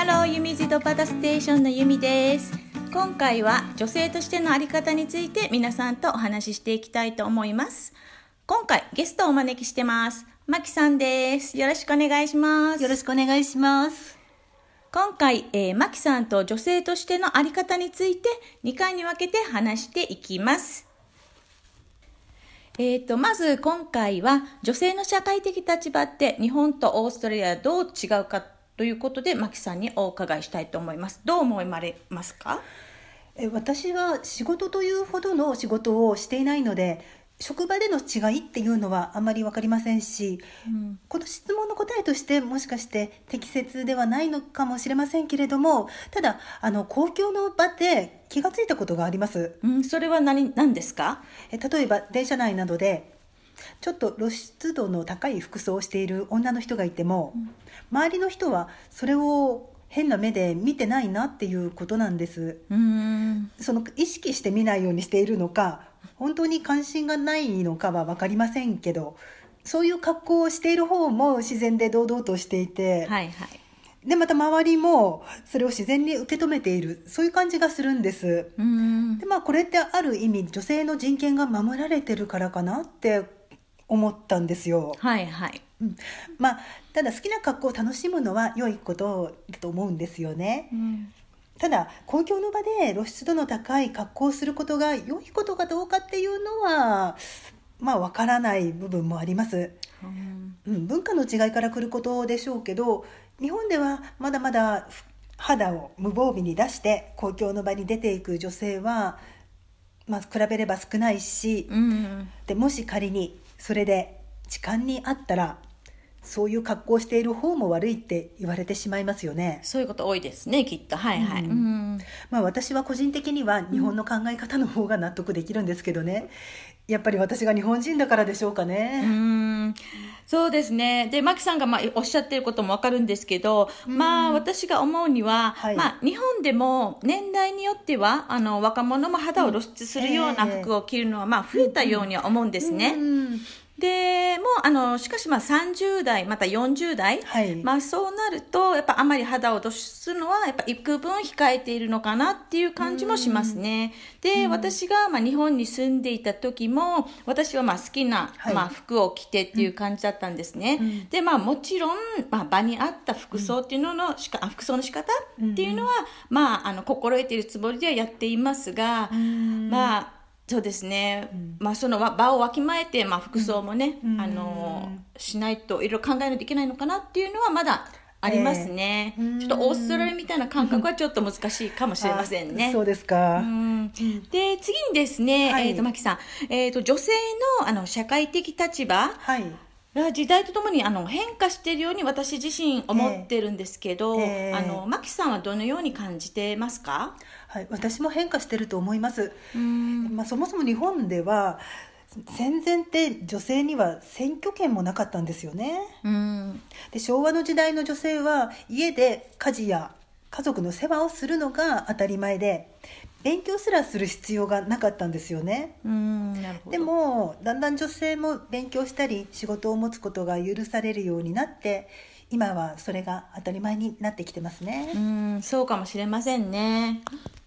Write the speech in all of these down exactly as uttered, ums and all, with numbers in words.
ハローユミズドバタステーションのユミです。今回は女性としての在り方について皆さんとお話ししていきたいと思います。今回ゲストをお招きしてます。マキさんです。よろしくお願いします。 よろしくお願いします。 今回、えー、マキさんと女性としての在り方についてにかいに分けて話していきます。えーと、まず今回は女性の社会的立場って日本とオーストラリアどう違うかということでマキさんにお伺いしたいと思います。どう思われますか？ え私は仕事というほどの仕事をしていないので、職場での違いっていうのはあまり分かりませんし、うん、この質問の答えとしてもしかして適切ではないのかもしれませんけれども、ただあの公共の場で気がついたことがあります。 うん、それは 何, 何ですか？ え例えば電車内などでちょっと露出度の高い服装をしている女の人がいても、うん、周りの人はそれを変な目で見てないなっていうことなんです。 うーんその意識して見ないようにしているのか、本当に関心がないのかは分かりませんけど、そういう格好をしている方も自然で堂々としていて、 はいはい、 でまた周りもそれを自然に受け止めている、そういう感じがするんです。 うーんで、まあ、これってある意味女性の人権が守られてるからかなって思ったんですよ。 はいはい、 うんまあ、ただ好きな格好を楽しむのは良いことだと思うんですよね。うん、ただ公共の場で露出度の高い格好をすることが良いことかどうかっていうのはまあ分からない部分もあります。うんうん、文化の違いから来ることでしょうけど、日本ではまだまだ肌を無防備に出して公共の場に出ていく女性は、まあ、比べれば少ないし、 うん、 でもし仮にそれで痴漢にあったら、そういう格好をしている方も悪いって言われてしまいますよね。 そういうこと多いですね、きっと。はいはい、うんうんまあ、私は個人的には日本の考え方の方が納得できるんですけどね、やっぱり私が日本人だからでしょうかね。 うーんそうですね。でマキさんがまあおっしゃっていることも分かるんですけど、まあ私が思うには、 はいまあ、日本でも年代によってはあの若者も肌を露出するような服を着るのはまあ増えたようには思うんですね。 うんうんでもあのしかしまあさんじゅう代またよんじゅう代、 はいまあ、そうなるとやっぱあまり肌を露出するのはやっぱ幾分控えているのかなっていう感じもしますね。で、私がまあ日本に住んでいた時も私はまあ好きな、 はいまあ、服を着てっていう感じだったんですね。 うん、 でまあもちろん、まあ、場に合った服装っていうののしか、うん、服装の仕方っていうのは、うん、まああの心得ているつもりではやっていますが、うん、まあそうですね、うんまあ、その場をわきまえて、まあ、服装もね、うん、あのしないといろいろ考えないといけないのかなっていうのはまだありますね、えー、ちょっとオーストラリアみたいな感覚はちょっと難しいかもしれませんね。 そうですか。 うんで次にですね、はい、えーとマキさん、えーと女性 の, あの社会的立場、 はい時代とともにあの変化しているように私自身思ってるんですけど、えーえー、あのマキさんはどのように感じてますか？ はい、私も変化してると思います。うんまあ、そもそも日本では戦前って女性には選挙権もなかったんですよね。うんで昭和の時代の女性は家で家事や家族の世話をするのが当たり前で、勉強すらする必要がなかったんですよね。 うんなるほど。 でもだんだん女性も勉強したり仕事を持つことが許されるようになって、今はそれが当たり前になってきてますね。 うんそうかもしれませんね。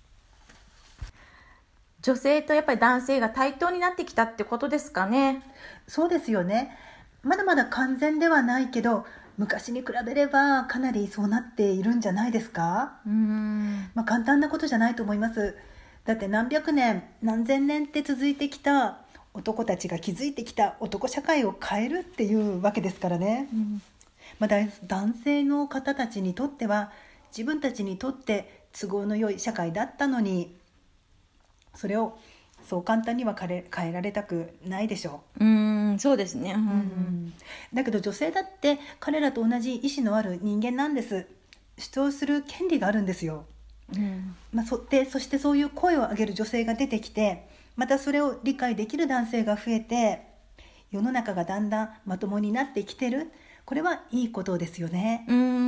女性とやっぱり男性が対等になってきたってことですかね。 そうですよね。まだまだ完全ではないけど、昔に比べればかなりそうなっているんじゃないですか。うーん、まあ、簡単なことじゃないと思います。だって何百年何千年って続いてきた男たちが築いてきた男社会を変えるっていうわけですからね。うんまあ、男性の方たちにとっては自分たちにとって都合の良い社会だったのに、それをそう簡単には変え、変えられたくないでしょう。うーんそうですね、うんうん、 だけど女性だって彼らと同じ意志のある人間なんです。主張する権利があるんですよ。うんまあ、そ, でそしてそういう声を上げる女性が出てきて、またそれを理解できる男性が増えて、世の中がだんだんまともになってきてる、 これはいいことですよね。 うん、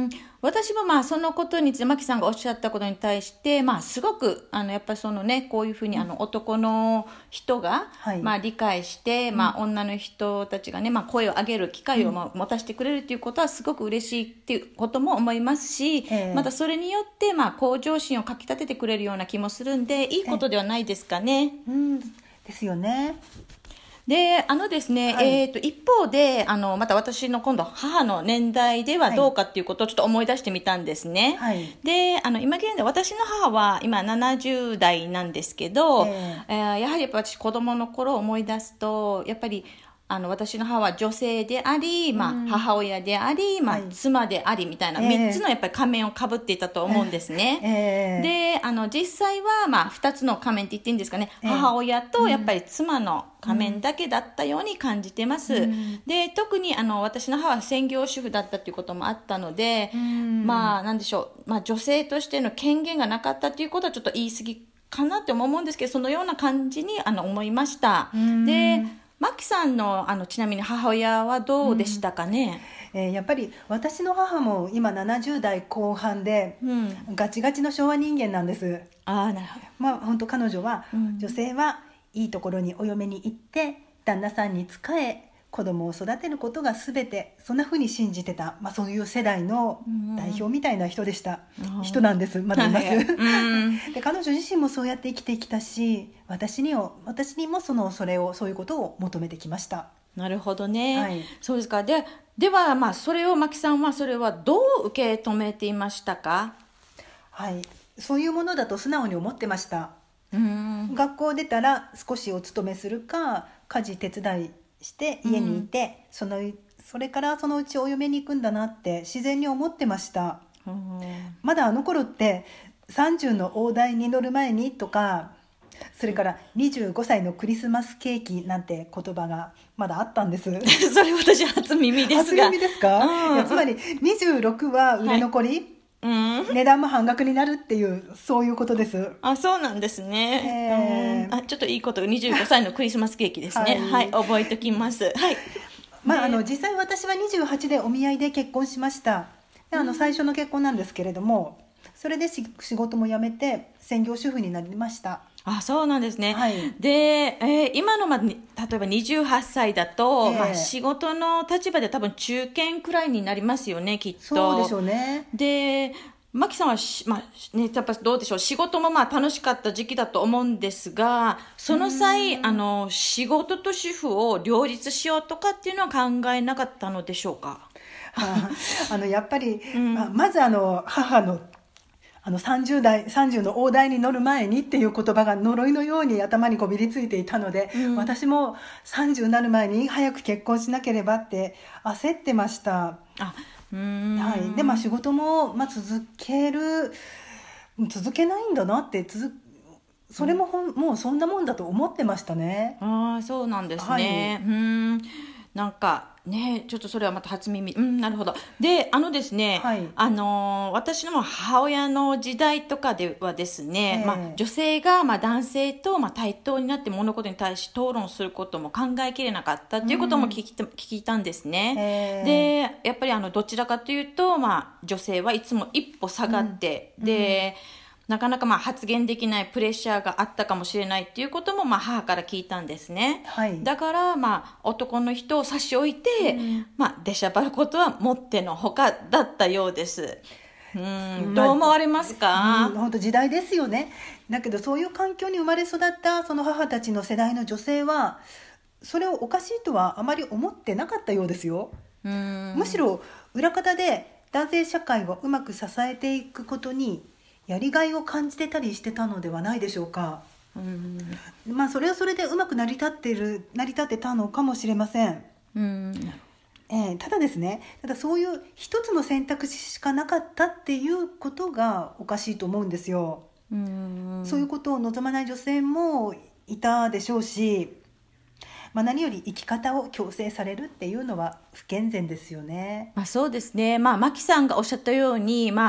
私もまあそのことについてマキさんがおっしゃったことに対して、まあ、すごくあのやっぱりそのねこういうふうにあの男の人が、 はい、 まあ、理解して、まあ、女の人たちがね、まあ、声を上げる機会をまあ持たせてくれるということはすごく嬉しいっていうことも思いますし、 えー、 またそれによってまあ向上心をかき立ててくれるような気もするんでいいことではないですかね。 えー、うんですよね。 であのですね、はい、えー、と一方であのまた私の今度母の年代ではどうかっていうことをちょっと思い出してみたんですね、はい、であの今現在私の母は今ななじゅう代なんですけど、えーえー、やはりやっぱ私子供の頃を思い出すとやっぱりあの私の母は女性であり、まあ、母親であり、まあ、妻でありみたいなみっつのやっぱり仮面をかぶっていたと思うんですね、えー、であの実際は、まあ、ふたつの仮面って言っていいんですかね、えー、母親とやっぱり妻の仮面だけだったように感じてます、うん、で特にあの私の母は専業主婦だったということもあったので、うん、まあなんでしょう、まあ、女性としての権限がなかったということはちょっと言い過ぎかなって思うんですけどそのような感じにあの思いました、うん、でマキさん の, あのちなみに母親はどうでしたかね、 うんえー、やっぱり私の母も今ななじゅう代後半で、うん、ガチガチの昭和人間なんです。 あ、なるほど。 まあ本当彼女は、うん、女性はいいところにお嫁に行って旦那さんに仕え子供を育てることが全てそんな風に信じてた、まあ、そういう世代の代表みたいな人でした、うん、人なんです。まだいます、うん、で彼女自身もそうやって生きてきたし私にも私にもそのそれをそういうことを求めてきました。 なるほどね、はい、そうですか。で、ではまあそれをマキさんはそれはどう受け止めていましたか？ はい、そういうものだと素直に思ってました。うん、学校出たら少しお勤めするか家事手伝いして家にいて、うん、そのそれからそのうちお嫁に行くんだなって自然に思ってました、うん、まだあの頃ってさんじゅうの大台に乗る前にとかそれからにじゅうごさいのクリスマスケーキなんて言葉がまだあったんですそれ私初耳ですが。 初耳ですか、うん、いやつまりにじゅうろくは売れ残り、はい、うん、値段も半額になるっていうそういうことです。 あ、そうなんですね、えー、あちょっといいことにじゅうごさいのクリスマスケーキですねはい、はい、覚えておきます、はい。 まあ、あの実際私はにじゅうはちでお見合いで結婚しました。であの最初の結婚なんですけれども、それで仕事も辞めて専業主婦になりました。 あ、そうなんですね、はい、で、えー、今の、まあ、例えばにじゅうはっさいだと、えーまあ、仕事の立場で多分中堅くらいになりますよねきっと。 そうでしょうね。 でマキさんは、まあね、やっぱどうでしょう、仕事もまあ楽しかった時期だと思うんですがその際あの仕事と主婦を両立しようとかっていうのは考えなかったのでしょうか？ ああのやっぱり、うん、ま, まずあの母のあのさんじゅう代さんじゅうの大台に乗る前にっていう言葉が呪いのように頭にこびりついていたので、うん、私もさんじゅうになる前に早く結婚しなければって焦ってました。あ、うーん、はい、で、まあ、仕事も、まあ、続ける続けないんだなって続それもほん、もうそんなもんだと思ってましたね。 ああ、そうなんですね、はい、うーん、なんかね、ちょっとそれはまた初耳、うん、なるほど。で、あのですね、はい、あの私の母親の時代とかではですね、えーまあ、女性がまあ男性とまあ対等になって物事に対し討論することも考えきれなかったということも聞き、うん、聞いたんですね、えー、でやっぱりあのどちらかというと、まあ、女性はいつも一歩下がって、うん、で、うんなかなかまあ発言できないプレッシャーがあったかもしれないっていうこともまあ母から聞いたんですね、はい、だからまあ男の人を差し置いて、うんまあ、出しゃばることはもってのほかだったようです。うん、どう思われますか？ 本当時代ですよね。だけどそういう環境に生まれ育ったその母たちの世代の女性はそれをおかしいとはあまり思ってなかったようですよ。うんむしろ裏方で男性社会をうまく支えていくことにやりがいを感じてたりしてたのではないでしょうか。うんまあそれはそれでうまく成り立っている成り立ってたのかもしれません。うんえー、ただですねただそういう一つの選択肢しかなかったっていうことがおかしいと思うんですよ。うんそういうことを望まない女性もいたでしょうし、まあ、何より生き方を強制されるっていうのは不健全ですよね。 まあ、そうですね、まあ、マキさんがおっしゃったように、まあ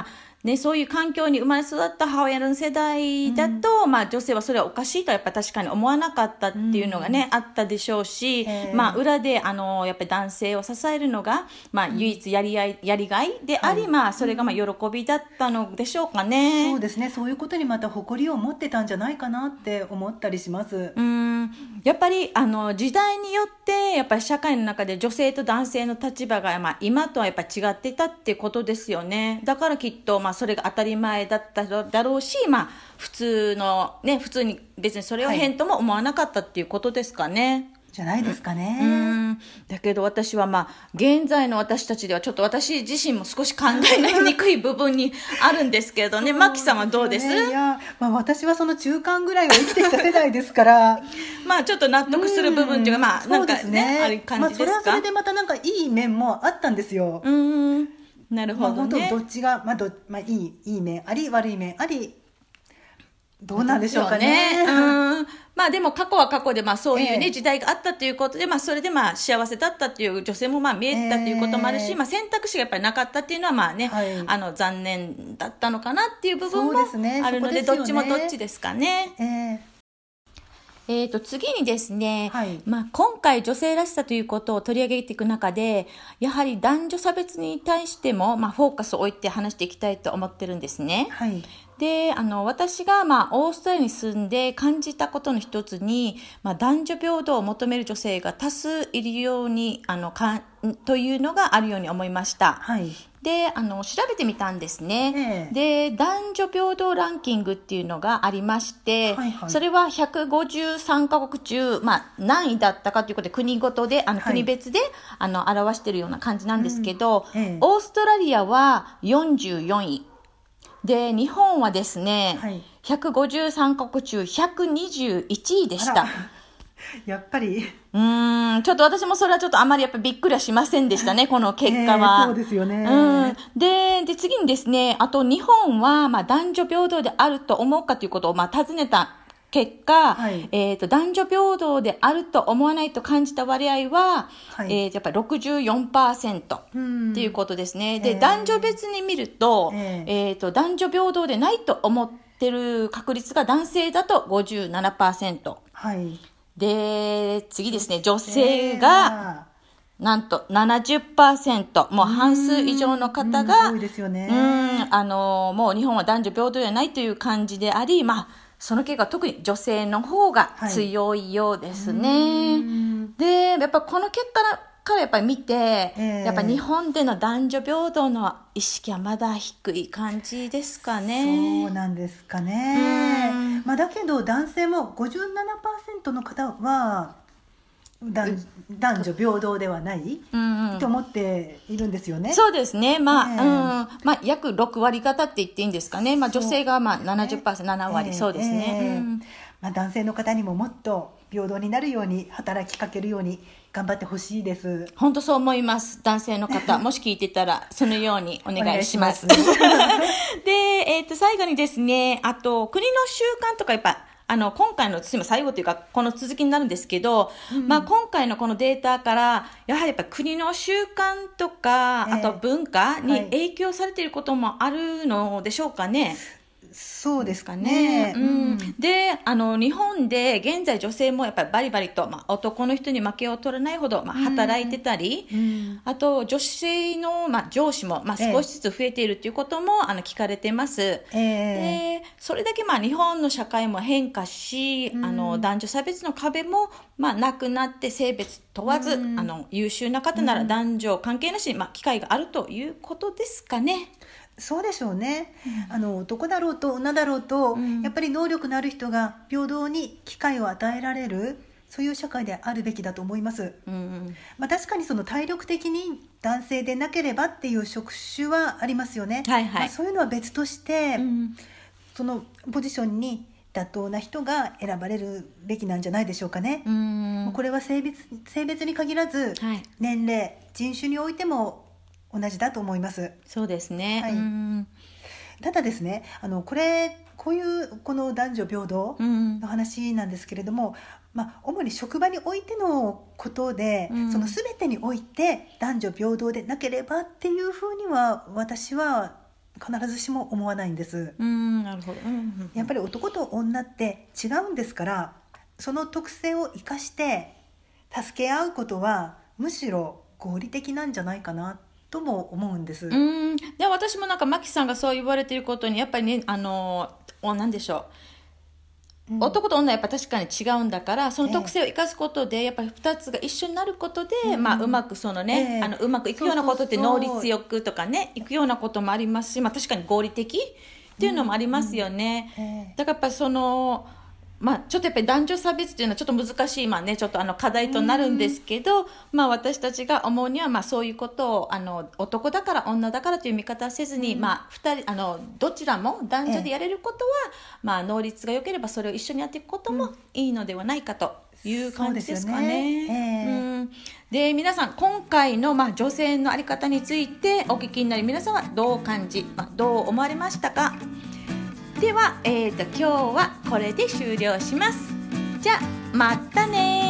ね、そういう環境に生まれ育った母親の世代だと、うん、まあ、女性はそれはおかしいとやっぱ確かに思わなかったっていうのがね、うん、あったでしょうし、まあ、裏であのやっぱり男性を支えるのが、まあ、唯一やり合い、やりがいであり、はい、まあ、それがまあ喜びだったのでしょうかね。 そうですね、そういうことにまた誇りを持ってたんじゃないかなって思ったりします。 うん、やっぱりあの時代によってやっぱり社会の中で女性と男性の立場が、まあ、今とはやっぱ違っていたっていうことですよね。だからきっと、まあ、それが当たり前だっただろうし、まあ、普通のね、普通に別にそれを変とも思わなかったっていうことですかね、はい、 じゃないですかね。 うん、だけど私はまあ現在の私たちではちょっと私自身も少し考えにくい部分にあるんですけれどね。マキさんはどうです？ いや、まあ、私はその中間ぐらいを生きてきた世代ですからまあちょっと納得する部分っていうか、まあなんかね、ね、ある感じですか？ まあ、それはそれでまたなんかいい面もあったんですよ。 うん、なるほどね。まあ、本当どっちが、まあどまあ、いい、いい面あり悪い面あり、どうなんでしょうかね。 うん、まあでも過去は過去で、まあそういうね、えー、時代があったということで、まあそれでまあ幸せだったっていう女性もまあ見えたということもあるし、えー、まあ選択肢がやっぱりなかったっていうのはまあね、はい、あの残念だったのかなっていう部分もあるので、どっちもどっちですかね。えーえー、と次にですね、はい、まあ、今回女性らしさということを取り上げていく中で、やはり男女差別に対しても、まあ、フォーカスを置いて話していきたいと思ってるんですね。はい、であの私が、まあ、オーストラリアに住んで感じたことの一つに、まあ、男女平等を求める女性が多数いるようにあのかというのがあるように思いました。はい、であの調べてみたんですね。で男女平等ランキングっていうのがありまして、はいはい、それはひゃくごじゅうさんカ国中、まあ、何位だったかということで国ごとであの国別で、はい、あの表しているような感じなんですけど、うんええ、オーストラリアはよんじゅうよんいで、日本はですね、はい、ひゃくごじゅうさんカ国中ひゃくにじゅういちいでした。 やっぱりうーんちょっと私もそれはちょっとあまりやっぱりびっくりはしませんでしたねこの結果は、 えー、そうですよね。 うんでで次にですね、あと日本はまあ男女平等であると思うかということをまあ尋ねた結果、はい、えー、と男女平等であると思わないと感じた割合は、はい、えー、やっぱり ろくじゅうよんパーセント っていうことですね。で、えー、男女別に見ると、えーえー、と男女平等でないと思ってる確率が男性だと ごじゅうななパーセント、はい、で次ですね、女性がなんと ななじゅっパーセント、もう半数以上の方が、 多いですよね。 うんあのもう日本は男女平等ではないという感じであり、まあその結果特に女性の方が強いようですね。はい、でやっぱこの結果からやっぱり見て、えー、やっぱ日本での男女平等の意識はまだ低い感じですかね。 そうなんですかね。まあ、だけど男性も ごじゅうななパーセント の方は男, 男女平等ではない、うんうん、と思っているんですよね。 そうですね、まあ、えーうんまあ、約ろくわり方って言っていいんですかね、まあ、女性がまあ ななじゅっパーセント、ななわり、そうですね、えーうんまあ、男性の方にももっと平等になるように働きかけるように頑張ってほしいです。 本当そう思います。男性の方もし聞いてたらそのようにお願いします。 お願いしますで、えー、と最後にですね、あと国の習慣とかやっぱあの今回の最後というかこの続きになるんですけど、うんまあ、今回のこのデータからやはりやっぱ国の習慣とか、えー、あと文化に影響されていることもあるのでしょうかね。はい、 そうですかね。 うん、であの日本で現在女性もやっぱりバリバリと、まあ、男の人に負けを取らないほど、まあ、働いてたり、うん、あと女性の、まあ、上司も、まあ、少しずつ増えているということも、えー、あの聞かれてます。えー、でそれだけ、まあ、日本の社会も変化し、うん、あの男女差別の壁も、まあ、なくなって性別問わず、うん、あの優秀な方なら男女関係なしに、まあ、機会があるということですかね。 そうでしょうね、うん、あの男だろうと女だろうと、うん、やっぱり能力のある人が平等に機会を与えられる、そういう社会であるべきだと思います、うんまあ、確かにその体力的に男性でなければっていう職種はありますよね、はいはいまあ、そういうのは別として、うん、そのポジションに妥当な人が選ばれるべきなんじゃないでしょうかね。うんこれは性別、性別に限らず、はい、年齢人種においても同じだと思います。 そうですね、はい、 うんただですね、あのこれこういうこの男女平等の話なんですけれども、うんまあ、主に職場においてのことで、うん、その全てにおいて男女平等でなければっていうふうには私は必ずしも思わないんです。 うん、なるほど。うんうん、 やっぱり男と女って違うんですから、その特性を生かして助け合うことはむしろ合理的なんじゃないかなとも思うんです。 うん、で私もなんかマキさんがそう言われていることにやっぱりね、あの何でしょう、うん、男と女はやっぱ確かに違うんだから、その特性を生かすことで、えー、やっぱりふたつが一緒になることで、うん、まあ、うまくそのね、えー、あのうまくいくようなことって能率よくとかね、いくようなこともありますし、まあ、確かに合理的っていうのもありますよね、うんうんえー、だからやっぱりそのまあ、ちょっとやっぱり男女差別っていうのはちょっと難しい、まあね、ちょっとあの課題となるんですけど、まあ、私たちが思うには、まあ、そういうことをあの男だから女だからという見方はせずに、うんまあ、ふたりあのどちらも男女でやれることは、まあ、能率が良ければそれを一緒にやっていくこともいいのではないかという感じですかね。 そうですよね、えーうん、で皆さん今回の、まあ、女性の在り方についてお聞きになり、皆さんはどう感じ、まあ、どう思われましたか。では、えーと、今日はこれで終了します。じゃあまたね。